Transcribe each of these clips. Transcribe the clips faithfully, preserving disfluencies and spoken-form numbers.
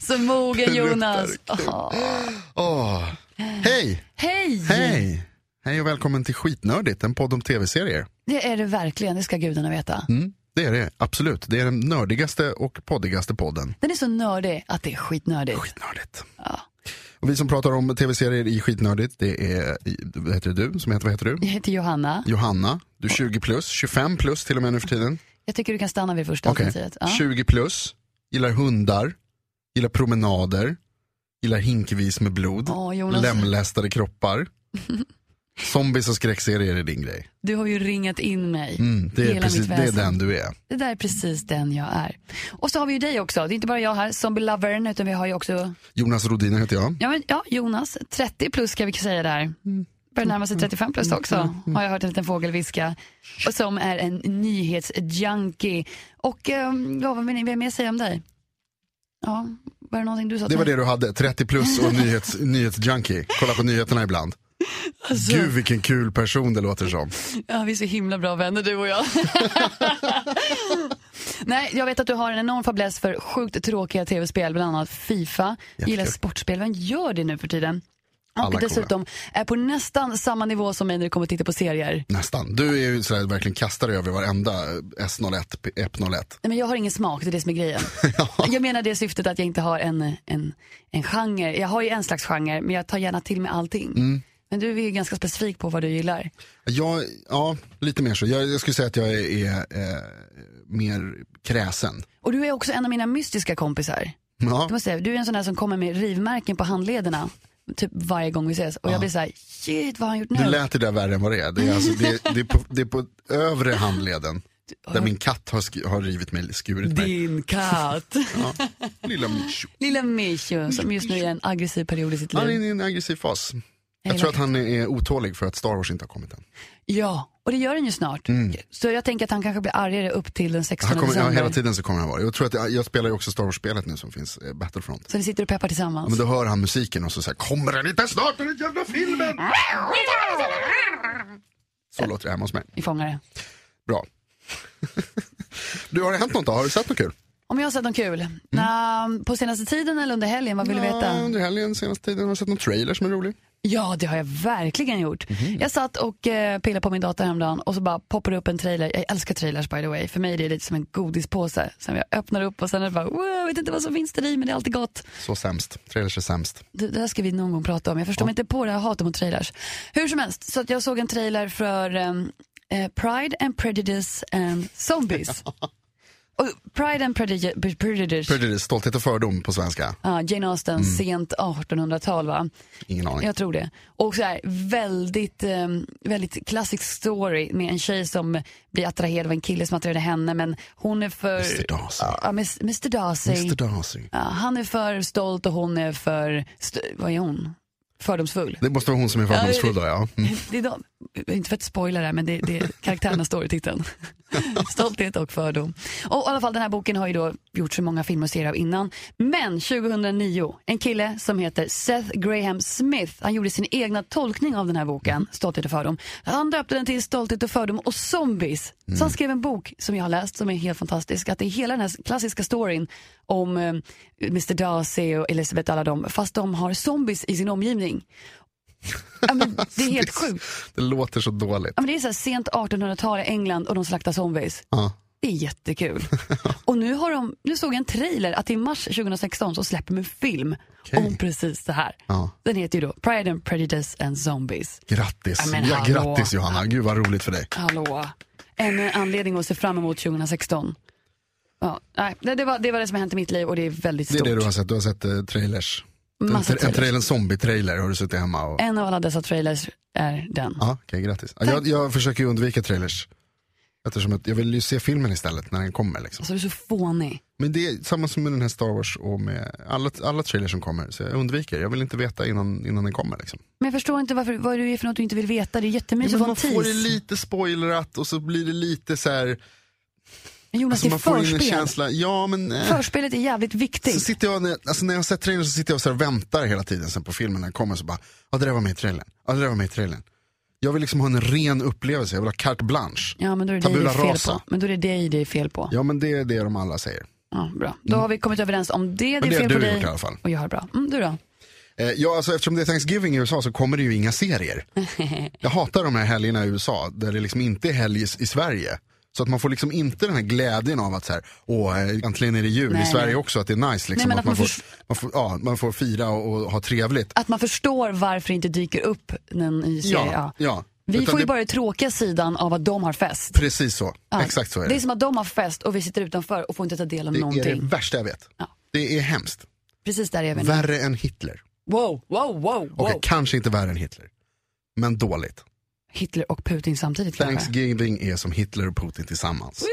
Så mogen, Jonas. Åh. Oh. Hej! Hej! Hej! Hej och välkommen till Skitnördigt, en podd om tv-serier. Det är det verkligen, det ska gudarna veta. Mm, det är det, absolut. Det är den nördigaste och poddigaste podden. Den är så nördig att det är skitnördigt. Skitnördigt. Ja. Och vi som pratar om tv-serier i Skitnördigt, det är, vad heter du? Som heter, vad heter du? Jag heter Johanna. Johanna, du är tjugo plus, tjugofem plus till och med nu för tiden. Jag tycker du kan stanna vid första Okej, alternativet. Ja. tjugo plus, gillar hundar, gillar promenader, gillar hinkvis med blod, Åh, Jonas. lemlästade kroppar. Zombies och skräckserier är din grej. Du har ju ringat in mig. Mm, det, är Hela precis, mitt det är väsen. den du är. Det där är precis den jag är. Och så har vi ju dig också. Det är inte bara jag här, zombie-lovern, utan vi har ju också... Jonas Rodiner heter jag. Ja, men, ja Jonas, trettio plus ska vi säga där. Börjar närma sig trettiofem plus också. Har jag hört en liten fågel viska. Och som är en nyhetsjunkie. Och um, ja, vad vill jag mer säga om dig? Ja, var det någonting du sa? Det var det du hade, trettio plus och nyhets, nyhetsjunkie. Kolla på nyheterna ibland. Alltså, Gud vilken kul person det låter som. ja, vi är så himla bra vänner du och jag. Nej, jag vet att du har en enorm fäbless för sjukt tråkiga tv-spel, bland annat FIFA. Jättekul. Gillar sportspel, vem gör det nu för tiden? Alla Och dessutom är på nästan samma nivå som mig när det kommer att titta på serier. Nästan, du är ju sådär, verkligen kastar över varenda S noll ett, P noll ett. Nej, men jag har ingen smak, det är det som är grejen. Ja. Jag menar det syftet att jag inte har en, en, en genre. Jag har ju en slags genre, men jag tar gärna till med allting. Mm. Men du är ju ganska specifik på vad du gillar. Jag, ja, lite mer så. Jag, jag skulle säga att jag är, är eh, mer kräsen. Och du är också en av mina mystiska kompisar. Ja. Du, måste säga, du är en sån där som kommer med rivmärken på handlederna typ varje gång vi ses. Och jag blir så här, shit, vad har han gjort nu? Det lät det där värre än vad det är. Det är, alltså, det, det är, på, det är på övre handleden. Där min katt har, sk- har rivit mig, skurit mig. Din katt. Ja. Lilla Micho. Lilla Micho som just nu är i en aggressiv period i sitt liv. Han är i en aggressiv fas. Jag Hela tror att han är otålig för att Star Wars inte har kommit än. Ja, och det gör den ju snart. Mm. Så jag tänker att han kanske blir argare upp till den sextonde Han kommer, ja, december. hela tiden så kommer han vara. Jag tror att jag, jag spelar ju också Star Wars-spelet nu som finns, eh, Battlefront. Så ni sitter och peppar Ja, tillsammans. men då hör han musiken och så säger kommer den inte snart, den jävla filmen! Så låter det hemma hos mig. Vi fångar det. Bra. Du, har det hänt något då? Har du sett något kul? Om jag har sett något kul? Mm. Nå, på senaste tiden eller under helgen, vad vill du Ja, veta? under helgen, senaste tiden, har du sett någon trailer som är rolig? Ja, det har jag verkligen gjort. Mm-hmm. Jag satt och eh, pillade på min dator häromdagen och så bara poppade upp en trailer. Jag älskar trailers by the way. För mig är det lite som en godispåse. Sen jag öppnar upp och sen är det bara, wow, jag vet inte vad som finns där i, men det är alltid gott. Så sämst. Trailers är sämst. Det, det där ska vi någon gång prata om. Jag förstår Ja. mig inte på det här hatet mot trailers. Hur som helst, så att jag såg en trailer för um, eh, Pride and Prejudice and Zombies. Och Pride and Prejudice, Prejudice. Prejudice, stolthet och fördom på svenska. Ja, Jane Austen, Mm. sent artonhundratal va? Ingen aning. Jag tror det. Och så här, väldigt, um, väldigt klassisk story med en tjej som blir attraherad av en kille som attraherade henne, men hon är för... mister Darcy. Ja, mister Darcy. mister Darcy. Ja, han är för stolt och hon är för... St- vad är hon? Fördomsfull. Det måste vara hon som är fördomsfull då, ja. Mm. Det är de, inte för att spoila det här, men det, det är karaktärerna står i titeln. Stolthet och fördom. Och i alla fall den här boken har ju då gjort så många filmer och serier av innan. Men tjugohundranio, en kille som heter Seth Graham Smith, han gjorde sin egna tolkning av den här boken, Stolthet och fördom. Han döpte den till Stolthet och fördom och zombies. Mm. Så han skrev en bok som jag har läst som är helt fantastisk. Att det är hela den här klassiska storyn om eh, mister Darcy och Elizabeth och alla dem, fast de har zombies i sin omgivning. Ja, men det är helt sjukt. Det låter så dåligt. Ja, men det är så här sent artonhundratal i England och de slaktar zombies. Ja. Det är jättekul. Och nu har de, nu såg jag en trailer att i mars tjugohundrasexton så släpper de en film Okej. om precis det här. Ja. Den heter ju då Pride and Prejudice and Zombies. Grattis. Ja, men Ja, hallå. grattis Johanna, gud vad roligt för dig. Hallå. En eh, anledning att se fram emot tjugohundrasexton. Ja, nej, det, det, var, det var det som har hänt i mitt liv och det är väldigt Det är stort. det du har sett, du har sett uh, trailers. En, Massa en trailers. trailer, en zombie-trailer har du suttit hemma och... En av alla dessa trailers är den. Ja, okej, grattis. Ja, jag, jag försöker ju undvika trailers. Eftersom att jag vill ju se filmen istället när den kommer liksom. Alltså du är så fånig. Men det är samma som med den här Star Wars och med alla, alla trailers som kommer. Så jag undviker, jag vill inte veta innan, innan den kommer liksom. Men jag förstår inte varför, vad det är för något du inte vill veta. Det är Ja, jättemysigt men att få man en får tease. det lite spoilerat och så blir det lite så här. Men Jonas, Alltså det man är får in en förspel. känsla. Ja men eh. Förspelet är jävligt Så viktigt. sitter jag, när- alltså när jag har sett trailern så sitter jag och så här väntar hela tiden sen på filmen när den kommer så bara, ja det där var med i trailern, ja det där var med i trailern. Jag vill liksom ha en ren upplevelse, jag vill ha carte blanche. Ja, men då är det dig det Tabula är fel rasa. på. Men då är det dig det är fel på. Ja men det är det de alla säger. Ja, bra. Då har vi kommit överens om det. Det är, det fel du på dig. gjort i alla fall. Och jag har bra. Mm, du då? Eh, ja, alltså eftersom det är Thanksgiving i U S A så kommer det ju inga serier. Jag hatar de här helgerna i U S A där det liksom inte är helg i, i Sverige. Så att man får liksom inte den här glädjen av att så här, åh, äntligen är det jul. Nej, I Sverige nej. också att det är nice liksom. Nej, att, att man, man får, man, får, ja, man får fira och, och ha trevligt. Att man förstår varför det inte dyker upp en ny serie. Ja, Ja. ja. Vi Utan får ju det, bara den tråkiga sidan av att de har fest. Precis så, Ja. exakt så är det. Det är som att de har fest och vi sitter utanför och får inte ta del av Det någonting. är det värsta jag vet. Ja. Det är hemskt. Precis där är vi nu. Värre än Hitler. Wow, wow, wow, wow. Och kanske inte värre än Hitler. Men dåligt. Hitler och Putin samtidigt kanske. Thanksgiving är som Hitler och Putin tillsammans.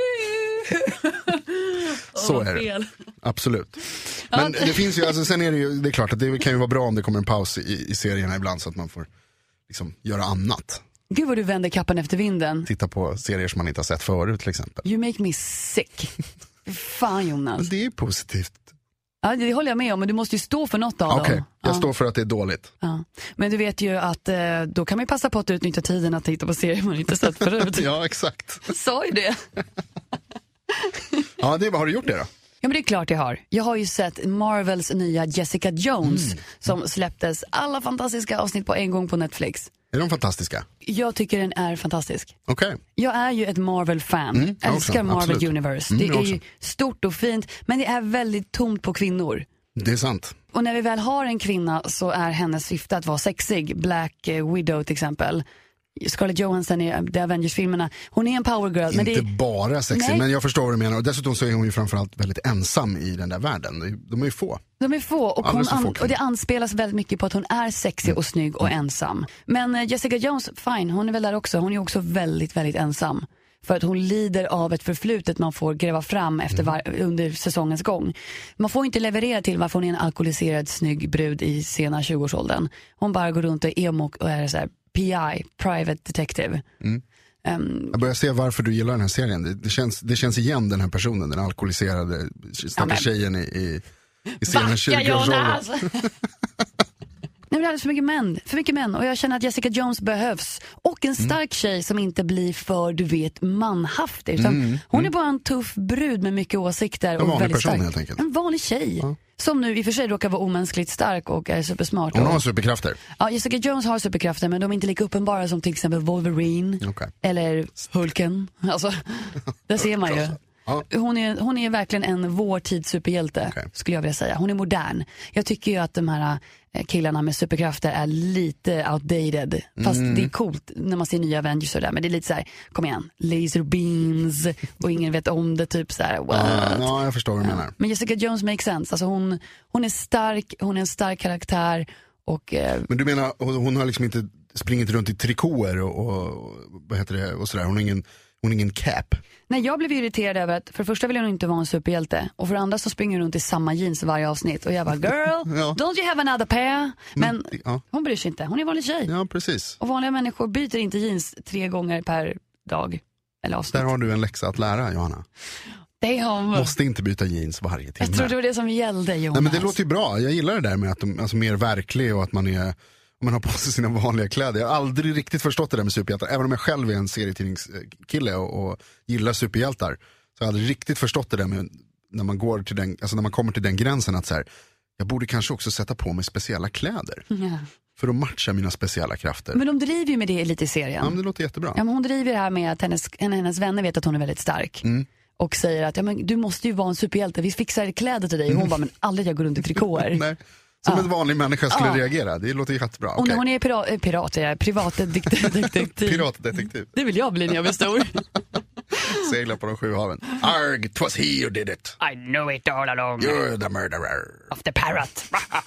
Så Åh, är det. fel. Absolut. Men det finns ju, alltså, sen är det ju, det är klart att det kan ju vara bra om det kommer en paus i, i serierna ibland så att man får liksom göra annat. Gud vad du vänder kappan efter vinden. Titta på serier som man inte har sett förut till exempel. You make me sick. Fan Jonas. Men det är positivt. Ja, det håller jag med om, men du måste ju stå för något av Okej, dem. jag Ja. står för att det är dåligt. Ja. Men du vet ju att eh, då kan man ju passa på att utnyttja tiden att titta på serier man inte sett förut. Ja, exakt. Sa ju det. Ja, det, har du gjort det då? Ja, men det är klart jag har. Jag har ju sett Marvels nya Jessica Jones Mm. som släpptes alla fantastiska avsnitt på en gång på Netflix. Är de fantastiska? Jag tycker den är fantastisk. Okej. Jag är ju ett Marvel-fan. Mm, jag älskar också, Marvel absolut. Universe. Mm, det jag är ju också. stort och fint, men det är väldigt tomt på kvinnor. Det är sant. Och när vi väl har en kvinna så är hennes syfte att vara sexig. Black Widow till exempel. Scarlett Johansson i The Avengers-filmerna. Hon är en power girl. Men det Inte är... bara sexig, Nej. men jag förstår vad du menar. Och dessutom så är hon ju framförallt väldigt ensam i den där världen. De är ju få. De är få och, hon Alldeles för få an- kvinnor. och det anspelas väldigt mycket på att hon är sexig och snygg och ensam. Men eh, Jessica Jones, fine, hon är väl där också. Hon är också väldigt, väldigt ensam. För att hon lider av ett förflutet man får gräva fram efter var- under säsongens gång. Man får inte leverera till varför hon är en alkoholiserad snygg brud i sena tjugoårsåldern. Hon bara går runt och är emo och är så här P I, private detective. Mm. Um, Jag börjar se varför du gillar den här serien. Det, det, känns, det känns igen den här personen, den alkoholiserade stackars Ja, men- tjejen i, i, i scenen Backa tjugo-årsåldern. Jonas! Nej, men det är alldeles för mycket män, för mycket män. Och jag känner att Jessica Jones behövs. Och en stark mm. tjej som inte blir för, du vet, manhaftig. Utan Mm, hon mm. är bara en tuff brud med mycket åsikter. En och vanlig väldigt person stark. helt enkelt. En vanlig tjej. Ja. Som nu i och för sig råkar vara omänskligt stark och är supersmart. Hon och... har superkrafter. Ja, Jessica Jones har superkrafter, men de är inte lika uppenbara som till exempel Wolverine. Okay. Eller Hulken. Alltså, där ser man ju. Ja. Hon är, hon är verkligen en vår tids superhjälte, Okay. skulle jag vilja säga. Hon är modern. Jag tycker ju att de här eh, killarna med superkrafter är lite outdated. Fast Mm. det är coolt när man ser nya Avengers och där. Men det är lite så här, kom igen, laser beams och ingen vet om det, typ så här, what? Ja, ja, jag förstår vad du Ja. menar. Men Jessica Jones makes sense. Alltså hon, hon är stark, hon är en stark karaktär. Och, eh, Men du menar, hon, hon har liksom inte springit runt i trikåer och, och vad heter det, och sådär. Hon har ingen, hon har ingen cap. nej, jag blev irriterad över att för det första vill hon inte vara en superhjälte. Och för det andra så springer hon runt i samma jeans varje avsnitt. Och jag bara, girl, Ja. don't you have another pair? Men Men, ja. hon bryr sig inte, hon är en vanlig tjej. Ja, precis. Och vanliga människor byter inte jeans tre gånger per dag. Eller avsnitt. Där har du en läxa att lära, Johanna. Damn. Måste inte byta jeans varje timme. Jag tror det var det som gällde, Jonas. Nej, men det låter ju bra. Jag gillar det där med att de alltså, mer verklig och att man är, man har på sig sina vanliga kläder. Jag har aldrig riktigt förstått det där med superhjältar. Även om jag själv är en serietidningskille och, och gillar superhjältar. Så jag har aldrig riktigt förstått det där med när man går till den, alltså när man kommer till den gränsen att så här, jag borde kanske också sätta på mig speciella kläder. Ja. För att matcha mina speciella krafter. Men de driver ju med det lite i serien. Ja, men det låter jättebra. Ja, men hon driver det här med att hennes, hennes vänner vet att hon är väldigt stark. Mm. Och säger att ja, men du måste ju vara en superhjälte, vi fixar kläder till dig. Och hon bara, men aldrig jag går runt i trikåer. Nej. Som Ja. en vanlig människa skulle Ja. reagera. Det låter jättebra. Och Okay. när hon är pirat, äh, pirat är jag, privatdetektiv. Piratdetektiv. Det vill jag bli när jag blir stor. Segla på de sju haven. Arg, 'twas he who did it. I know it all along. You're the murderer. Of the parrot.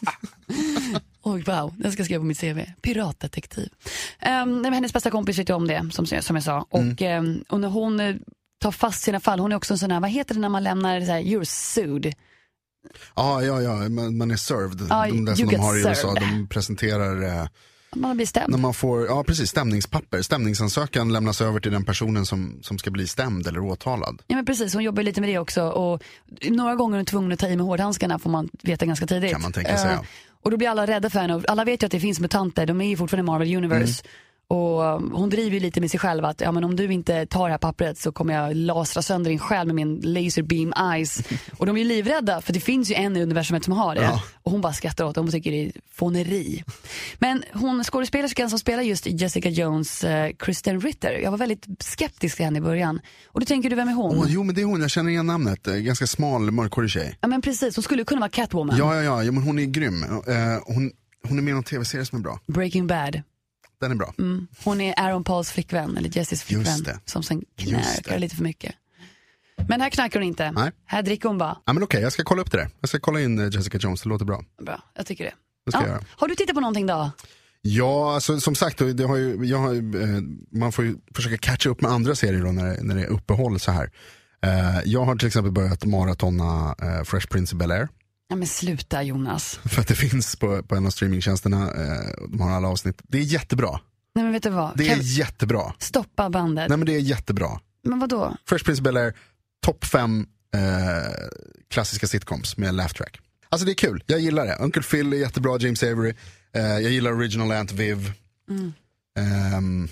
Oh, wow, jag ska skriva på mitt C V. Piratdetektiv. Um, men hennes bästa kompis vet ju om det, som, som jag sa. Och, Mm. um, och när hon uh, tar fast sina fall, hon är också en sån här, vad heter det när man lämnar så här, you're sued. Ja, ja, ja, man, man är served. Ja, de där you som de get har i U S A, served. de presenterar eh, Man blir stämd. när man får, ja precis, stämningspapper. Stämningsansökan lämnas över till den personen som, som ska bli stämd eller åtalad. Ja, men precis, hon jobbar ju lite med det också. Och några gånger är hon tvungen att ta i med hårdhandskarna, får man veta ganska tidigt. Kan man tänka sig, Eh, ja. Och då blir alla rädda för henne. Och alla vet ju att det finns mutanter, de är ju fortfarande Marvel Universe. Och hon driver ju lite med sig själv att ja, men om du inte tar det här pappret så kommer jag lasra sönder din själ med min laser beam eyes. Och de är ju livrädda för det finns ju en i universumet som har det. Ja. Och hon bara skrattar åt det, hon tycker det är fåneri. Men hon skådespelerskan som spelar just Jessica Jones, eh, Kristen Ritter, jag var väldigt skeptisk till henne i början. Och då tänker du, vem är hon? Oh, jo men det är hon, jag känner igen namnet, ganska smal, mörkhårig tjej. Ja men precis, hon skulle kunna vara Catwoman. Ja, ja, ja, ja men hon är grym. Uh, hon, hon är med i någon tv-serie som är bra. Breaking Bad. Den är bra. Mm. Hon är Aaron Pauls flickvän, eller Jessys flickvän, som sen knarkar lite för mycket. Men här knarkar hon inte. Nej. Här dricker hon bara. Ja men okej, jag ska kolla upp det där. Jag ska kolla in Jessica Jones, det låter bra. Bra, jag tycker det. Det ska ja. jag göra. Har du tittat på någonting då? Ja, alltså, som sagt, det har ju, jag har, eh, man får ju försöka catcha upp med andra serier då när, när det är uppehåll så här. Eh, jag har till exempel börjat maratona eh, Fresh Prince of Bel-Air. Ja men sluta Jonas. För att det finns på, på en av streamingtjänsterna, eh, de har alla avsnitt. Det är jättebra. Nej men vet du vad? Det är kan... jättebra. Stoppa bandet. Nej men det är jättebra. Men vad då? Fresh Prince of Bel-Air, topp fem eh, klassiska sitcoms med laugh track. Alltså det är kul, jag gillar det. Uncle Phil är jättebra, James Avery. Eh, jag gillar Original Aunt Viv. Mm. Eh,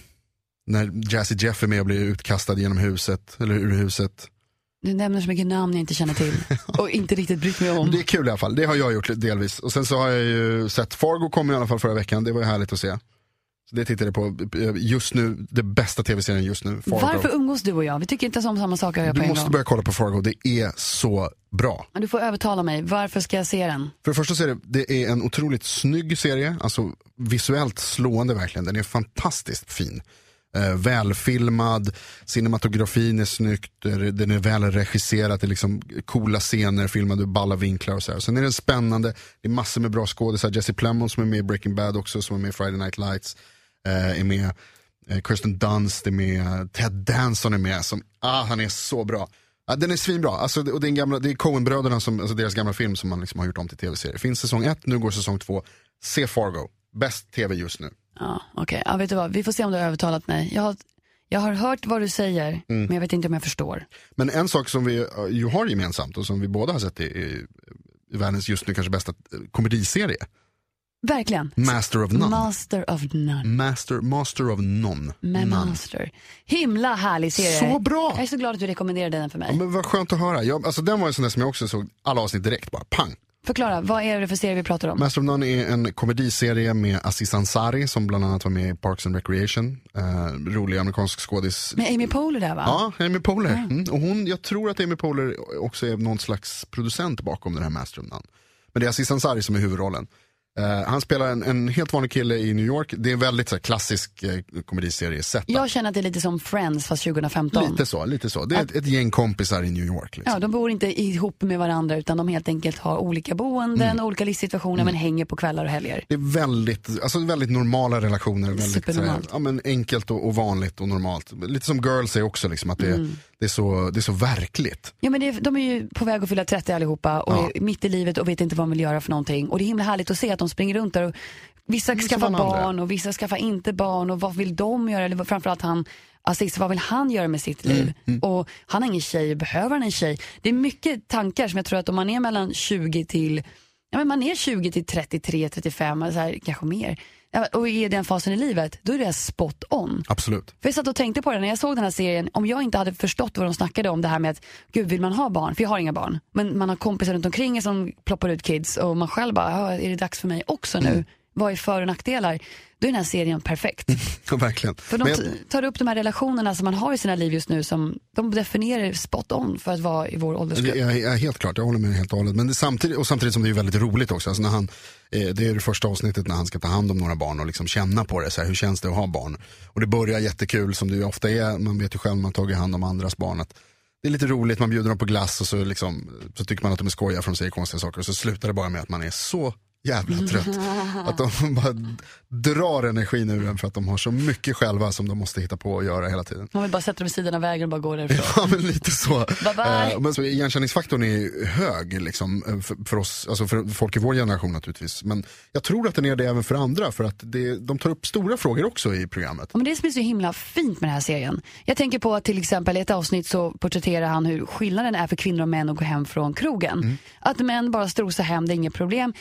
när Jazzy Jeff är med och blir utkastad genom huset, eller ur huset. Du nämner så mycket namn jag inte känner till och inte riktigt brytt mig om. Det är kul i alla fall, det har jag gjort delvis. Och sen så har jag ju sett Fargo kom i alla fall förra veckan, det var ju härligt att se. Så det tittade jag på just nu, det bästa tv-serien just nu, Fargo. Varför umgås du och jag? Vi tycker inte om samma saker. Jag du på en måste gång. börja kolla på Fargo, det är så bra. Du får övertala mig, varför ska jag se den? För det första så är det, det är en otroligt snygg serie, alltså visuellt slående verkligen, den är fantastiskt fin. Eh, välfilmad, cinematografin är snyggt, den är väl regisserad, det är liksom coola scener filmade ur balla vinklar och så här. Sen är den spännande, det är massor med bra skådespelare, Jesse Plemons som är med i Breaking Bad också, som är med i Friday Night Lights, eh, är med eh, Kirsten Dunst är med, Ted Danson är med, som, ah han är så bra. Ja, den är svinbra, alltså, och det är, en gamla, det är Coen-bröderna, som, alltså deras gamla film som man liksom har gjort om till tv-serie. Finns säsong ett, nu går säsong två. Se Fargo, bäst tv just nu. Ja, okej. Okay. Ja, vet du vad? Vi får se om du har övertalat mig. Jag har, jag har hört vad du säger, mm. men jag vet inte om jag förstår. Men en sak som vi ju har gemensamt och som vi båda har sett i, i, i världens just nu kanske bästa komediserie. Verkligen. Master of None. Master of None. Master, master of None. Med Master. Himla härlig serie. Så bra! Jag är så glad att du rekommenderade den för mig. Ja, men vad skönt att höra. Jag, alltså, den var en sån där som jag också såg alla avsnitt direkt, bara pang. Förklara, vad är det för serie vi pratar om? Master of None är en komediserie med Aziz Ansari som bland annat var med i Parks and Recreation. Uh, rolig amerikansk skådis. Med Amy Poehler där va? Ja, Amy Poehler. Mm. Mm. Och hon, jag tror att Amy Poehler också är någon slags producent bakom den här Master of None. Men det är Aziz Ansari som är huvudrollen. Uh, han spelar en, en helt vanlig kille i New York. Det är en väldigt så här, klassisk uh, komediserie setup. Jag känner att det är lite som Friends fast tjugo femton. Lite så, lite så. Det är att, ett, ett gäng kompisar i New York. Liksom. Ja, de bor inte ihop med varandra utan de helt enkelt har olika boenden, mm. olika livssituationer mm. men hänger på kvällar och helger. Det är väldigt, alltså väldigt normala relationer. Väldigt så här, ja, men enkelt och, och vanligt och normalt. Lite som Girls är också liksom, att det, mm. det, är så, det är så verkligt. Ja, men det är, de är ju på väg att fylla trettio allihopa och ja. är mitt i livet och vet inte vad de vill göra för någonting. Och det är himla härligt att se att de springer runt där och vissa skaffar barn andra. Och vissa skaffar inte barn och vad vill de göra? Eller framförallt han, Aziz, vad vill han göra med sitt liv? Mm, mm. Och han har ingen tjej, behöver han en tjej? Det är mycket tankar som jag tror att om man är mellan tjugo till, ja men man är tjugo till trettiotre, trettiofem, så här, kanske mer. Och i den fasen i livet, då är det spot on. Absolut. För jag satt och tänkte på det när jag såg den här serien. Om jag inte hade förstått vad de snackade om, det här med att gud, vill man ha barn? För jag har inga barn. Men man har kompisar runt omkring som ploppar ut kids. Och man själv bara, är det dags för mig också nu? Mm. Vad är för- och nackdelar? Då är den här serien perfekt. Ja, verkligen. För de t- tar upp de här relationerna som man har i sina liv just nu, som de definierar spot on för att vara i vår åldersgrupp. Jag, jag, helt klart, jag håller med helt och hållet. Men det samtidigt, och samtidigt som det är väldigt roligt också. Alltså när han, eh, det är det första avsnittet när han ska ta hand om några barn och liksom känna på det. Så här, hur känns det att ha barn? Och det börjar jättekul som det ofta är. Man vet ju själv när man tagit hand om andras barn att det är lite roligt, man bjuder dem på glass och så, liksom, så tycker man att de är skojiga för de säger konstiga saker. Och så slutar det bara med att man är så jävla trött. Att de bara drar energin ur den för att de har så mycket själva som de måste hitta på och göra hela tiden. Man vill bara sätta dem vid sidan av vägen och bara gå därifrån. Ja, men lite så. Bye bye. Uh, men så igenkänningsfaktorn är hög liksom, för, för oss, alltså för folk i vår generation naturligtvis. Men jag tror att den är det även för andra, för att det, de tar upp stora frågor också i programmet. Ja, men det som är så himla fint med den här serien. Jag tänker på att till exempel i ett avsnitt så porträtterar han hur skillnaden är för kvinnor och män att gå hem från krogen. Mm. Att män bara strosar hem, det är inget problem. Medan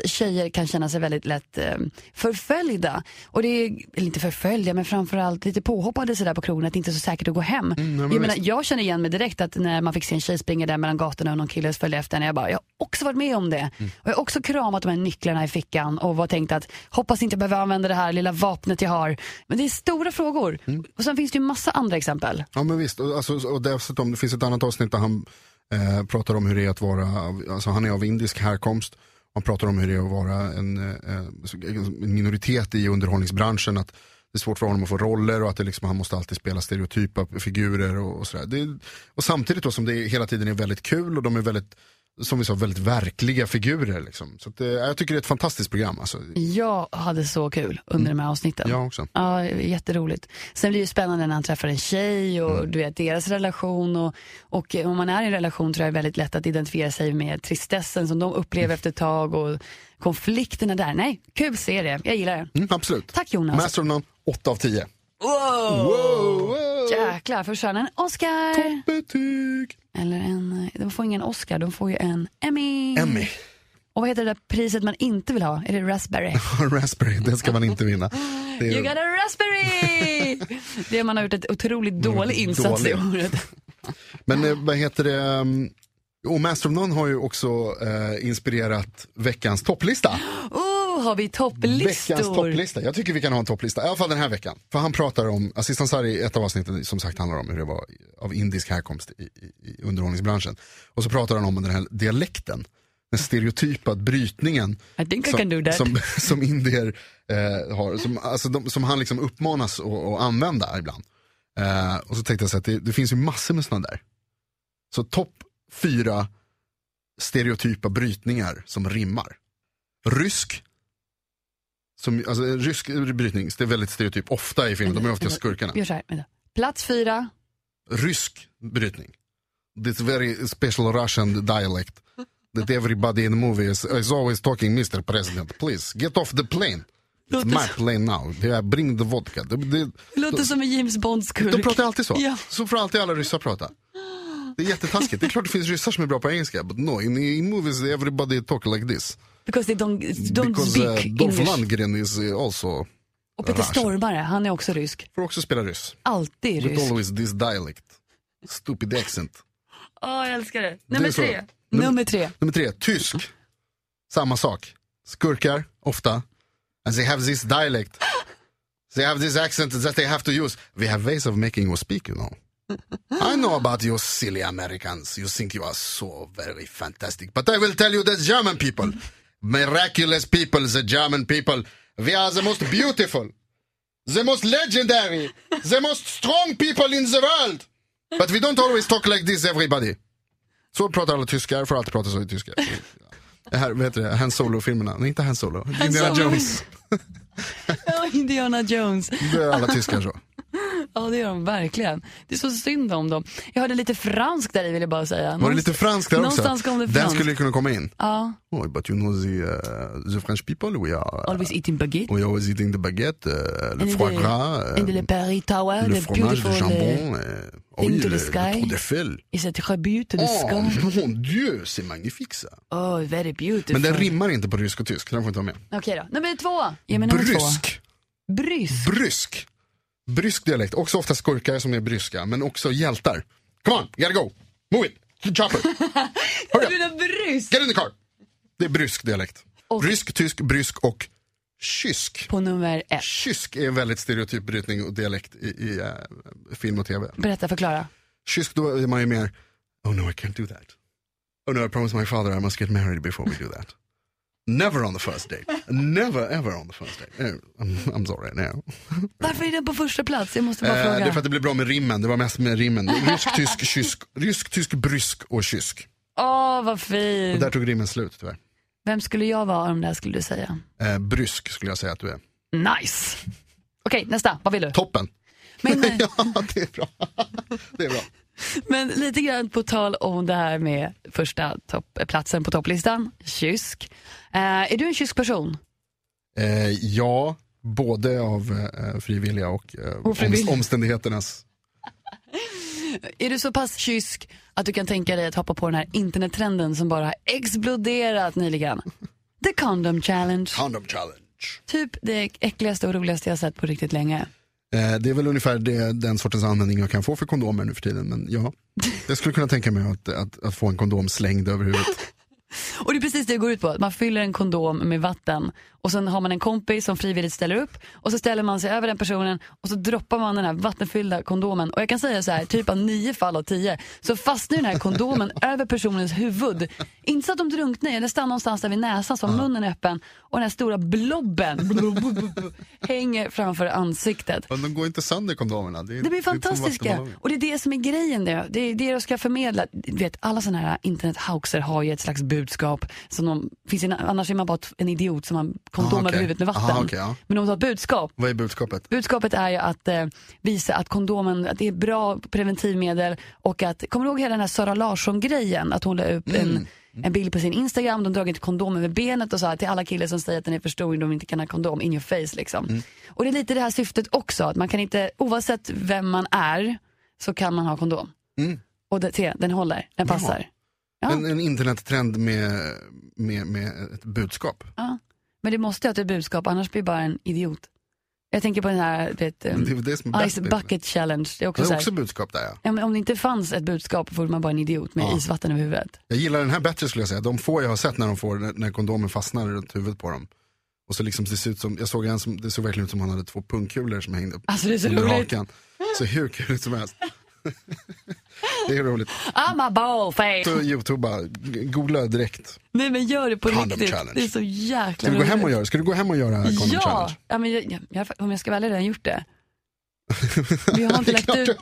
tjejer kan känna sig väldigt lätt eh, förföljda. Och det är, eller inte förföljda, men framförallt lite påhoppade sådär på krogen, att det inte är så säkert att gå hem. Mm, jag, menar, jag känner igen mig direkt att när man fick se en tjej springa där mellan gatorna och någon kille följde efter henne, jag bara, jag har också varit med om det. Mm. Och jag har också kramat de här nycklarna i fickan och var tänkt att hoppas inte behöver använda det här lilla vapnet jag har. Men det är stora frågor. Mm. Och sen finns det ju massa andra exempel. Ja, men visst. Alltså, och dessutom, det finns ett annat avsnitt där han eh, pratar om hur det är att vara, alltså han är av indisk härkomst. Han pratar om hur det är att vara en, eh, en minoritet i underhållningsbranschen, att det är svårt för honom att få roller och att det liksom, han måste alltid spela stereotypa figurer och, och sådär. Det, och samtidigt då som det hela tiden är väldigt kul och de är väldigt, som vi sa, väldigt verkliga figurer liksom. Så att, eh, jag tycker det är ett fantastiskt program alltså. Jag hade så kul under mm. de här avsnitten. Jag också. Ja, jätteroligt. Sen blir det ju spännande när han träffar en tjej och mm. du vet deras relation och, och om man är i en relation tror jag det är väldigt lätt att identifiera sig med tristessen som de upplever efter ett tag och konflikterna där. Nej, kul serie. Jag gillar det. Mm, absolut. Tack Jonas. Master of None, åtta av tio. Wow! wow, wow. Jäklar, förtjänar en Oscar. Toppbetyg. Eller en, de får ingen Oscar, de får ju en Emmy. Emmy. Och vad heter det där priset man inte vill ha? Är det Raspberry? Raspberry, det ska man inte vinna. Det är... You got a Raspberry! Det man har gjort ett otroligt dålig insats dålig. I året. Men vad heter det... Och Master of None har ju också eh, inspirerat veckans topplista. Oh, har vi topplistor? Veckans topplista. Jag tycker vi kan ha en topplista. I alla fall den här veckan. För han pratar om, Aziz Ansari, ett av avsnitten som sagt handlar om hur det var av indisk härkomst i, i, i underhållningsbranschen. Och så pratar han om den här dialekten. Den stereotypa brytningen I think som, I can do that. som, som indier eh, har. Som, alltså de, som han liksom uppmanas att, att använda ibland. Eh, och så tänkte jag så att det, det finns ju massor med sådana där. Så topp fyra stereotypa brytningar som rimmar. Rysk som, alltså rysk brytning, det är väldigt stereotyp ofta i filmen, de är ofta skurkarna. Gör så här, vänta. Plats fyra. Rysk brytning. This very special Russian dialect that everybody in the movie is, is always talking mister President, please get off the plane. It's my plane now. Yeah, bring the vodka. Det, det, det låter som en James Bond-skurk. De pratar alltid så. Ja. Så får alltid alla ryssar prata. Det är jättetaskigt. Det är klart det finns ryssar som är bra på engelska. But no, in, in movies everybody talk like this. Because they don't, don't Because, speak uh, Dolph English. Lundgren is also och Peter Russian. Stormare, han är också rysk. Får också spela ryss. Alltid rysk. But always this dialect. Stupid accent. Åh, oh, jag älskar det. Nummer det tre. Num- Nummer tre. Nummer tre, tysk. Samma sak. Skurkar, ofta. And they have this dialect. They have this accent that they have to use. We have ways of making you speak, you know. I know about you silly Americans. You think you are so very fantastic. But I will tell you that German people, miraculous people, the German people, we are the most beautiful, the most legendary, the most strong people in the world. But we don't always talk like this, everybody. Så pratar alla tyskar, får alltid prata så i tyska. Det här, vad heter det? Han Solo-filmerna. Nej, inte Han Solo. Han Indiana Solo. Jones. Ja, Indiana Jones. Det är alla tyskar så. Ja, det gör de verkligen. Det är så synd om dem. Jag hörde lite fransk där, vill jag bara säga. Någonstans, var det lite fransk där också? Kom det fransk. Den skulle kunna komma in. Ja. Oh, but you know the, uh, the French people, we are... Uh, always eating baguette. We are always eating the baguette, uh, le foie gras. Uh, and the Paris tower, le fromage, le jambon. Uh, thing oui, to the sky. Le trou is a tribute to the oh, sky. Oh, mon dieu, c'est magnifique ça. Oh, very beautiful. Men den rimmar inte på rysk och tysk, den får inte vara med. Okej okay då. Nummer två. Ge mig nummer Brysk. Två. Brysk. Brysk. Brysk dialekt, också ofta skurkar som är bryska, men också hjältar. Come on, gotta go, move it, chopper. Hurry up. Brysk. Get in the car. Det är brysk dialekt. Och rysk, tysk, brysk och kysk. På nummer ett. Kysk är en väldigt stereotyp brytning och dialekt i, i uh, film och tv. Berätta, förklara. Kysk, då är man ju mer, oh no, I can't do that. Oh no, I promised my father I must get married before we do that. Never on the first date. Never ever on the first date. I'm, I'm sorry, no. Varför är den på första plats? Jag måste bara eh, fråga. Det är för att det blev bra med rimmen. Det var mest med rimmen. Rysk, tysk, kysk. Rysk, tysk, brysk och kysk. Åh, oh, vad fint. Och där tog rimmen slut, tyvärr. Vem skulle jag vara om det här skulle du säga? Eh, brysk skulle jag säga att du är. Nice. Okej, okay, nästa. Vad vill du? Toppen. Men, ja, det är bra. Det är bra. Men lite grann på tal om det här med första topp, platsen på topplistan, kysk. Uh, är du en kysk person? Uh, ja, både av uh, frivilliga och uh, om, omständigheternas. Är du så pass kysk att du kan tänka dig att hoppa på den här internettrenden som bara har exploderat nyligen? The Condom Challenge. Condom Challenge. Typ det äckligaste och roligaste jag sett på riktigt länge. Eh, det är väl ungefär det, den sortens användning jag kan få för kondomer nu för tiden. Men ja, jag skulle kunna tänka mig att, att, att få en kondom slängd över huvudet. Och det är precis det det går ut på. Man fyller en kondom med vatten och sen har man en kompis som frivilligt ställer upp och så ställer man sig över den personen och så droppar man den här vattenfyllda kondomen. Och jag kan säga så här, typ av nio fall av tio så fastnar den här kondomen över personens huvud. Inte så att de drunknar, det stannar någonstans där vid näsan så munnen är öppen och den här stora blobben hänger framför ansiktet. Men de går inte sönder kondomerna. Det, är, det blir det fantastiska. Och det är det som är grejen det. Det är det de ska förmedla. Du vet, alla sådana här internethoaxer har ju ett slags budskap. Som de, finns en, annars är man bara en idiot som har kondom Aha, okay. över huvudet med vatten. Aha, okay, ja. Men de har budskap. Vad är budskapet? Budskapet är ju att eh, visa att kondomen att det är bra preventivmedel och att, kommer du ihåg hela den här Sara Larsson-grejen? Att hon la upp mm. en, en bild på sin Instagram, de drog inte kondomen över benet och sa till alla killar som säger att den är för stor och de inte kan ha kondom, in your face liksom. Mm. Och det är lite det här syftet också, att man kan inte, oavsett vem man är så kan man ha kondom. Mm. Och det, den håller, den passar. Ja. En, en internettrend med, med, med ett budskap. Ja, men det måste ha ett budskap, annars blir bara en idiot. Jag tänker på den här vet, um, det det Ice Bucket Challenge. Det är också, det är så också här, budskap där, ja. Ja, men om det inte fanns ett budskap får man bara en idiot med ja. isvatten över huvudet. Jag gillar den här bättre skulle jag säga. De får jag har sett när de får när kondomen fastnar runt huvudet på dem. Och så liksom det ser ut som, jag såg en som, det såg verkligen ut som han hade två pungkulor som hängde upp. Alltså det är så roligt. Så hur kul ut som helst. Det är roligt. I'm a ballface. Så YouTube, googla direkt. Nej men gör det på Condom riktigt. Challenge. Det är så jäkla Ska du gå hem och göra? Ska du gå hem och göra Condom ja. Challenge? Ja, men jag, jag, om jag ska välja redan gjort det. Men jag har inte lagt ut.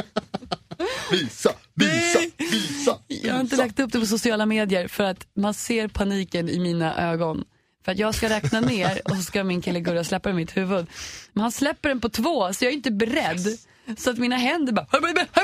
Visa, visa, visa. Jag har inte lagt upp det på sociala medier för att man ser paniken i mina ögon. För att jag ska räkna ner och så ska min kille Gurra släppa den i mitt huvud. Men han släpper den på två så jag är inte beredd. Så att mina händer bara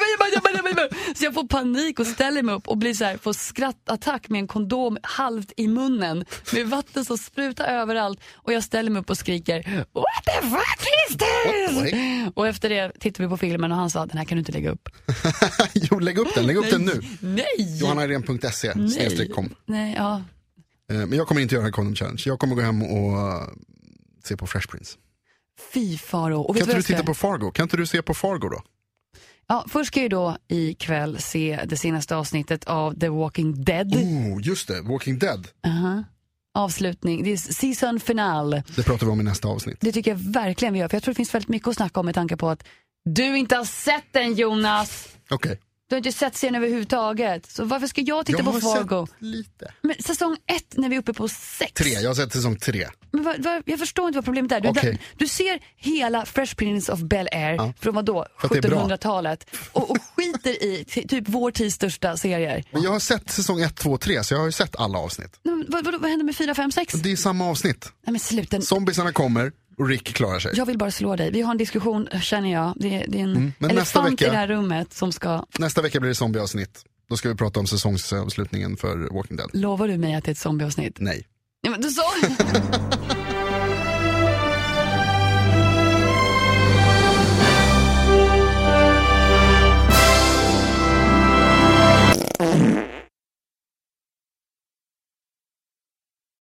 så jag får panik och ställer mig upp och blir så här, får skrattattack med en kondom halvt i munnen med vatten som sprutar överallt och jag ställer mig upp och skriker what the fuck is this? Och efter det tittar vi på filmen och han sa den här kan du inte lägga upp. Jo, lägg upp den, lägg upp Nej. den nu. Nej. johanna irene punkt se snedstreck kom. Nej, ja. Men jag kommer inte göra en Condom Challenge. Jag kommer gå hem och se på Fresh Prince. Fy Faro. Och kan inte du titta på Fargo? Kan inte du se på Fargo då? Ja, först ska jag då ikväll se det senaste avsnittet av The Walking Dead. Oh, just det, Walking Dead. Uh-huh. Avslutning, det är season final. Det pratar vi om i nästa avsnitt. Det tycker jag verkligen vi gör, för jag tror det finns väldigt mycket att snacka om med tanke på att du inte har sett den, Jonas. Okej. Okay. Du har inte sett serien överhuvudtaget. Så varför ska jag titta jag på Fargo? Jag har sett lite. Men säsong ett när vi är uppe på sex. Tre, jag har sett säsong tre. Men vad, vad, jag förstår inte vad problemet är. Du, okay. du ser hela Fresh Prince of Bel-Air ja. från vad då? sjuttonhundratalet. Och, och skiter i t- typ vår tids största serier. Men jag har sett säsong ett, två, tre så jag har ju sett alla avsnitt. Men, vad, vad, vad händer med fyra, fem, sex? Det är samma avsnitt. Nej, men sluten. Zombiesarna kommer och Rick klarar sig. Jag vill bara slå dig. Vi har en diskussion, känner jag. Det är, det är en mm. elefant vecka, i det här rummet som ska... Nästa vecka blir det zombieavsnitt. Då ska vi prata om säsongsavslutningen för Walking Dead. Lovar du mig att det är ett zombieavsnitt? Nej. Ja, men du sa...